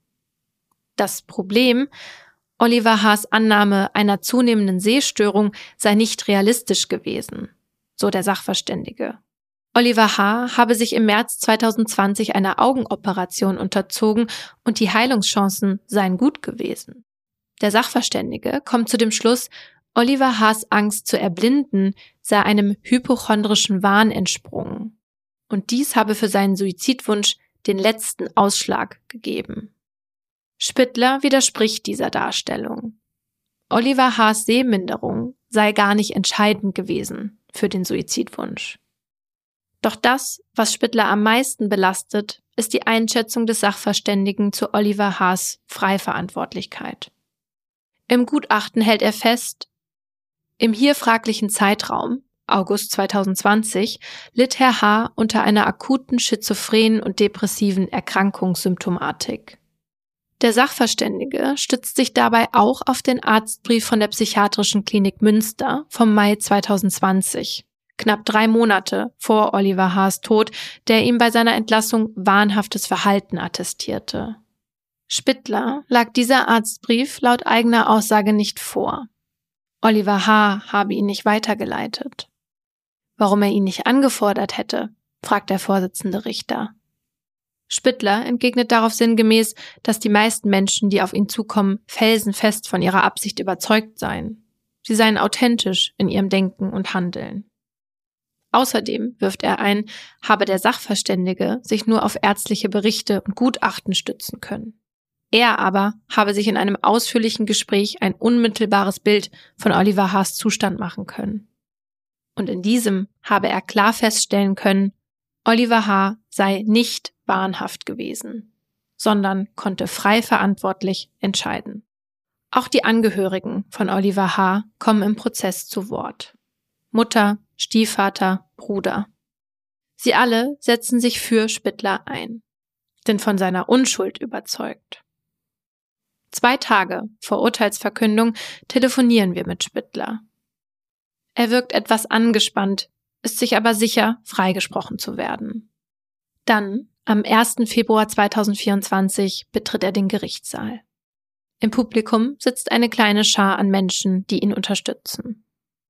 Das Problem: Oliver H.'s Annahme einer zunehmenden Sehstörung sei nicht realistisch gewesen, so der Sachverständige. Oliver H. habe sich im März 2020 einer Augenoperation unterzogen und die Heilungschancen seien gut gewesen. Der Sachverständige kommt zu dem Schluss, Oliver H.'s Angst zu erblinden sei einem hypochondrischen Wahn entsprungen. Und dies habe für seinen Suizidwunsch den letzten Ausschlag gegeben. Spittler widerspricht dieser Darstellung. Oliver H.'s Sehminderung sei gar nicht entscheidend gewesen für den Suizidwunsch. Doch das, was Spittler am meisten belastet, ist die Einschätzung des Sachverständigen zu Oliver H.'s Freiverantwortlichkeit. Im Gutachten hält er fest, im hier fraglichen Zeitraum, August 2020, litt Herr H. unter einer akuten schizophrenen und depressiven Erkrankungssymptomatik. Der Sachverständige stützt sich dabei auch auf den Arztbrief von der Psychiatrischen Klinik Münster vom Mai 2020, knapp 3 Monate vor Oliver H.'s Tod, der ihm bei seiner Entlassung wahnhaftes Verhalten attestierte. Spittler lag dieser Arztbrief laut eigener Aussage nicht vor. Oliver H. habe ihn nicht weitergeleitet. Warum er ihn nicht angefordert hätte, fragt der Vorsitzende Richter. Spittler entgegnet darauf sinngemäß, dass die meisten Menschen, die auf ihn zukommen, felsenfest von ihrer Absicht überzeugt seien. Sie seien authentisch in ihrem Denken und Handeln. Außerdem wirft er ein, habe der Sachverständige sich nur auf ärztliche Berichte und Gutachten stützen können. Er aber habe sich in einem ausführlichen Gespräch ein unmittelbares Bild von Oliver H.'s Zustand machen können. Und in diesem habe er klar feststellen können, Oliver H. sei nicht wahnhaft gewesen, sondern konnte frei verantwortlich entscheiden. Auch die Angehörigen von Oliver H. kommen im Prozess zu Wort. Mutter, Stiefvater, Bruder. Sie alle setzen sich für Spittler ein, sind von seiner Unschuld überzeugt. 2 Tage vor Urteilsverkündung telefonieren wir mit Spittler. Er wirkt etwas angespannt, ist sich aber sicher, freigesprochen zu werden. Dann, am 1. Februar 2024, betritt er den Gerichtssaal. Im Publikum sitzt eine kleine Schar an Menschen, die ihn unterstützen.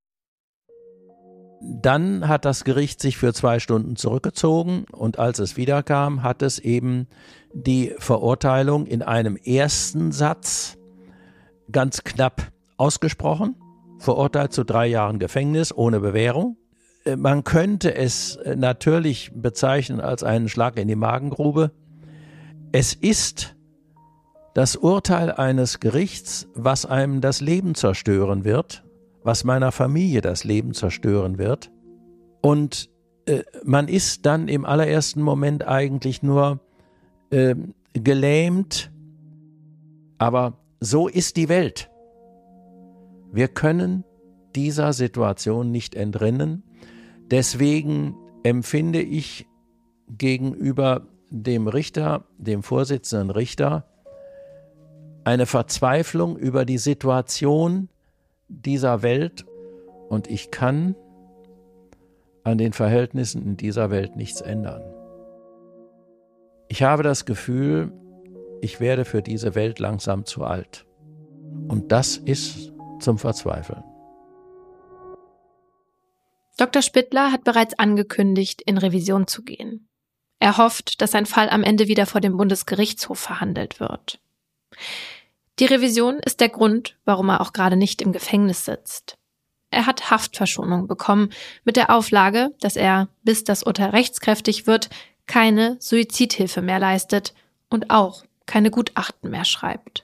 Dann hat das Gericht sich für 2 Stunden zurückgezogen und als es wiederkam, hat es eben die Verurteilung in einem ersten Satz ganz knapp ausgesprochen, verurteilt zu 3 Jahren Gefängnis ohne Bewährung. Man könnte es natürlich bezeichnen als einen Schlag in die Magengrube. Es ist das Urteil eines Gerichts, was einem das Leben zerstören wird, was meiner Familie das Leben zerstören wird. Und man ist dann im allerersten Moment eigentlich nur gelähmt. Aber so ist die Welt. Wir können dieser Situation nicht entrinnen. Deswegen empfinde ich gegenüber dem Richter, dem Vorsitzenden Richter, eine Verzweiflung über die Situation dieser Welt und ich kann an den Verhältnissen in dieser Welt nichts ändern. Ich habe das Gefühl, ich werde für diese Welt langsam zu alt. Und das ist zum Verzweifeln. Dr. Spittler hat bereits angekündigt, in Revision zu gehen. Er hofft, dass sein Fall am Ende wieder vor dem Bundesgerichtshof verhandelt wird. Die Revision ist der Grund, warum er auch gerade nicht im Gefängnis sitzt. Er hat Haftverschonung bekommen mit der Auflage, dass er, bis das Urteil rechtskräftig wird, keine Suizidhilfe mehr leistet und auch keine Gutachten mehr schreibt.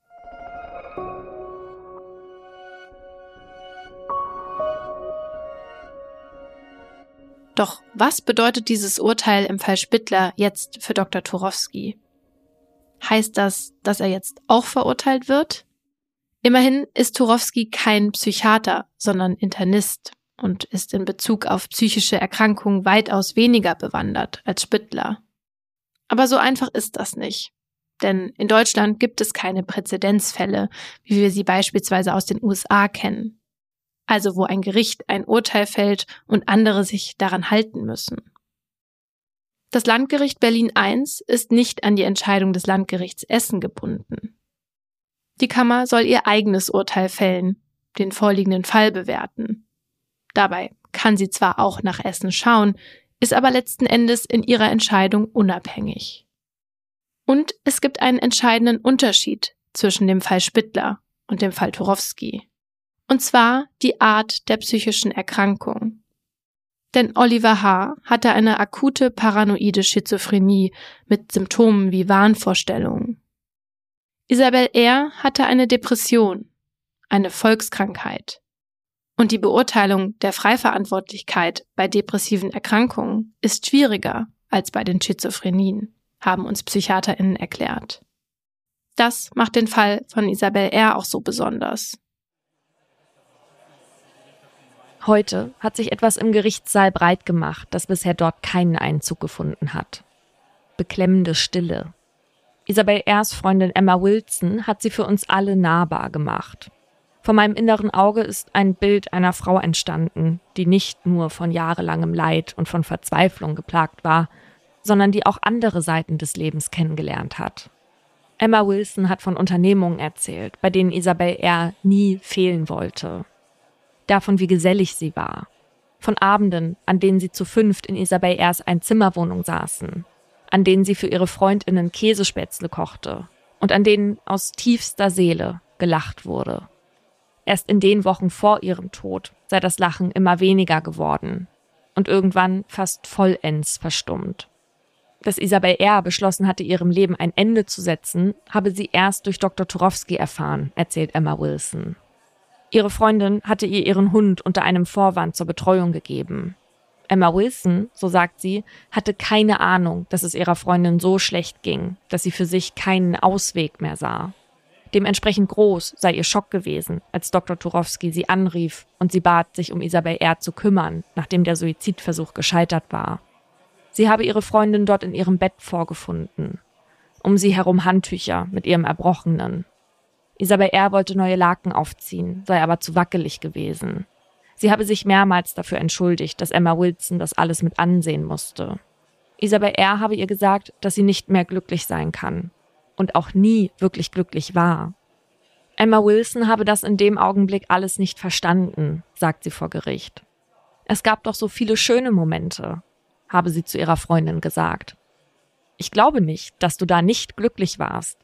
Doch was bedeutet dieses Urteil im Fall Spittler jetzt für Dr. Turowski? Heißt das, dass er jetzt auch verurteilt wird? Immerhin ist Turowski kein Psychiater, sondern Internist und ist in Bezug auf psychische Erkrankungen weitaus weniger bewandert als Spittler. Aber so einfach ist das nicht. Denn in Deutschland gibt es keine Präzedenzfälle, wie wir sie beispielsweise aus den USA kennen. Also wo ein Gericht ein Urteil fällt und andere sich daran halten müssen. Das Landgericht Berlin I ist nicht an die Entscheidung des Landgerichts Essen gebunden. Die Kammer soll ihr eigenes Urteil fällen, den vorliegenden Fall bewerten. Dabei kann sie zwar auch nach Essen schauen, ist aber letzten Endes in ihrer Entscheidung unabhängig. Und es gibt einen entscheidenden Unterschied zwischen dem Fall Spittler und dem Fall Turowski. Und zwar die Art der psychischen Erkrankung. Denn Oliver H. hatte eine akute paranoide Schizophrenie mit Symptomen wie Wahnvorstellungen. Isabel R. hatte eine Depression, eine Volkskrankheit. Und die Beurteilung der Freiverantwortlichkeit bei depressiven Erkrankungen ist schwieriger als bei den Schizophrenien, haben uns PsychiaterInnen erklärt. Das macht den Fall von Isabel R. auch so besonders. Heute hat sich etwas im Gerichtssaal breit gemacht, das bisher dort keinen Einzug gefunden hat. Beklemmende Stille. Isabel R.'s Freundin Emma Wilson hat sie für uns alle nahbar gemacht. Vor meinem inneren Auge ist ein Bild einer Frau entstanden, die nicht nur von jahrelangem Leid und von Verzweiflung geplagt war, sondern die auch andere Seiten des Lebens kennengelernt hat. Emma Wilson hat von Unternehmungen erzählt, bei denen Isabel R. nie fehlen wollte. Davon, wie gesellig sie war. Von Abenden, an denen sie zu 5 in Isabel R.'s Einzimmerwohnung saßen. An denen sie für ihre FreundInnen Käsespätzle kochte. Und an denen aus tiefster Seele gelacht wurde. Erst in den Wochen vor ihrem Tod sei das Lachen immer weniger geworden. Und irgendwann fast vollends verstummt. Dass Isabel R. beschlossen hatte, ihrem Leben ein Ende zu setzen, habe sie erst durch Dr. Turowski erfahren, erzählt Emma Wilson. Ihre Freundin hatte ihr ihren Hund unter einem Vorwand zur Betreuung gegeben. Emma Wilson, so sagt sie, hatte keine Ahnung, dass es ihrer Freundin so schlecht ging, dass sie für sich keinen Ausweg mehr sah. Dementsprechend groß sei ihr Schock gewesen, als Dr. Turowski sie anrief und sie bat, sich um Isabel R. zu kümmern, nachdem der Suizidversuch gescheitert war. Sie habe ihre Freundin dort in ihrem Bett vorgefunden. Um sie herum Handtücher mit ihrem Erbrochenen. Isabel R. wollte neue Laken aufziehen, sei aber zu wackelig gewesen. Sie habe sich mehrmals dafür entschuldigt, dass Emma Wilson das alles mit ansehen musste. Isabel R. habe ihr gesagt, dass sie nicht mehr glücklich sein kann und auch nie wirklich glücklich war. Emma Wilson habe das in dem Augenblick alles nicht verstanden, sagt sie vor Gericht. Es gab doch so viele schöne Momente, habe sie zu ihrer Freundin gesagt. Ich glaube nicht, dass du da nicht glücklich warst.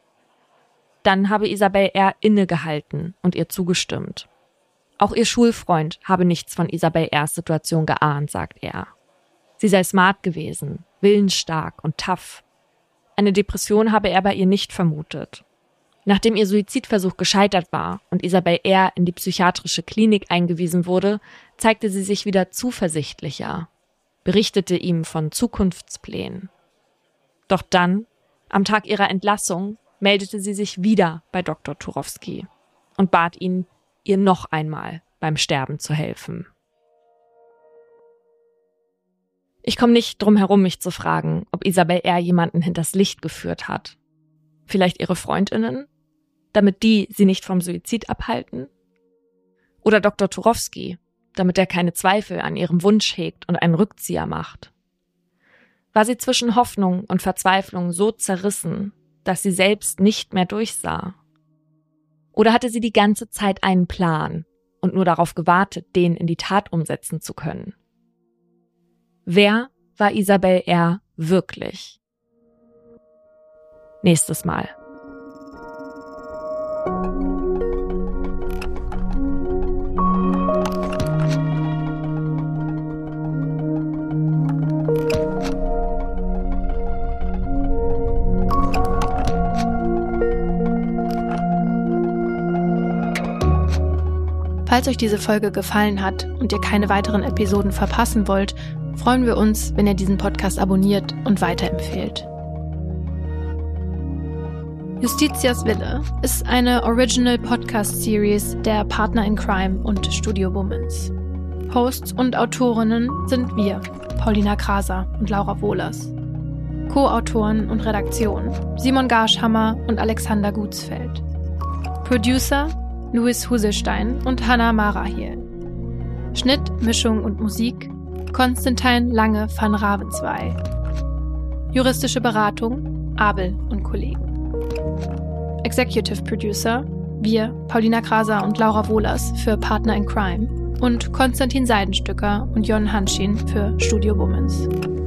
Dann habe Isabel R. innegehalten und ihr zugestimmt. Auch ihr Schulfreund habe nichts von Isabel R.'s Situation geahnt, sagt er. Sie sei smart gewesen, willensstark und tough. Eine Depression habe er bei ihr nicht vermutet. Nachdem ihr Suizidversuch gescheitert war und Isabel R. in die psychiatrische Klinik eingewiesen wurde, zeigte sie sich wieder zuversichtlicher, berichtete ihm von Zukunftsplänen. Doch dann, am Tag ihrer Entlassung, meldete sie sich wieder bei Dr. Turowski und bat ihn, ihr noch einmal beim Sterben zu helfen. Ich komme nicht drum herum, mich zu fragen, ob Isabel R. jemanden hinters Licht geführt hat. Vielleicht ihre FreundInnen, damit die sie nicht vom Suizid abhalten? Oder Dr. Turowski, damit er keine Zweifel an ihrem Wunsch hegt und einen Rückzieher macht? War sie zwischen Hoffnung und Verzweiflung so zerrissen, dass sie selbst nicht mehr durchsah? Oder hatte sie die ganze Zeit einen Plan und nur darauf gewartet, den in die Tat umsetzen zu können? Wer war Isabel R. wirklich? Nächstes Mal. Falls euch diese Folge gefallen hat und ihr keine weiteren Episoden verpassen wollt, freuen wir uns, wenn ihr diesen Podcast abonniert und weiterempfehlt. Justitias Wille ist eine Original Podcast Series der Partner in Crime und Studio Womans. Hosts und Autorinnen sind wir, Paulina Kraser und Laura Wohlers. Co-Autoren und Redaktion Simon Garschhammer und Alexander Gutsfeld. Producer Louis Huselstein und Hannah Marahiel. Schnitt, Mischung und Musik Konstantin Lange van Ravenswey. Juristische Beratung Abel und Kollegen. Executive Producer wir, Paulina Kraser und Laura Wohlers für Partner in Crime und Konstantin Seidenstücker und Jon Hanschin für Studio Womans.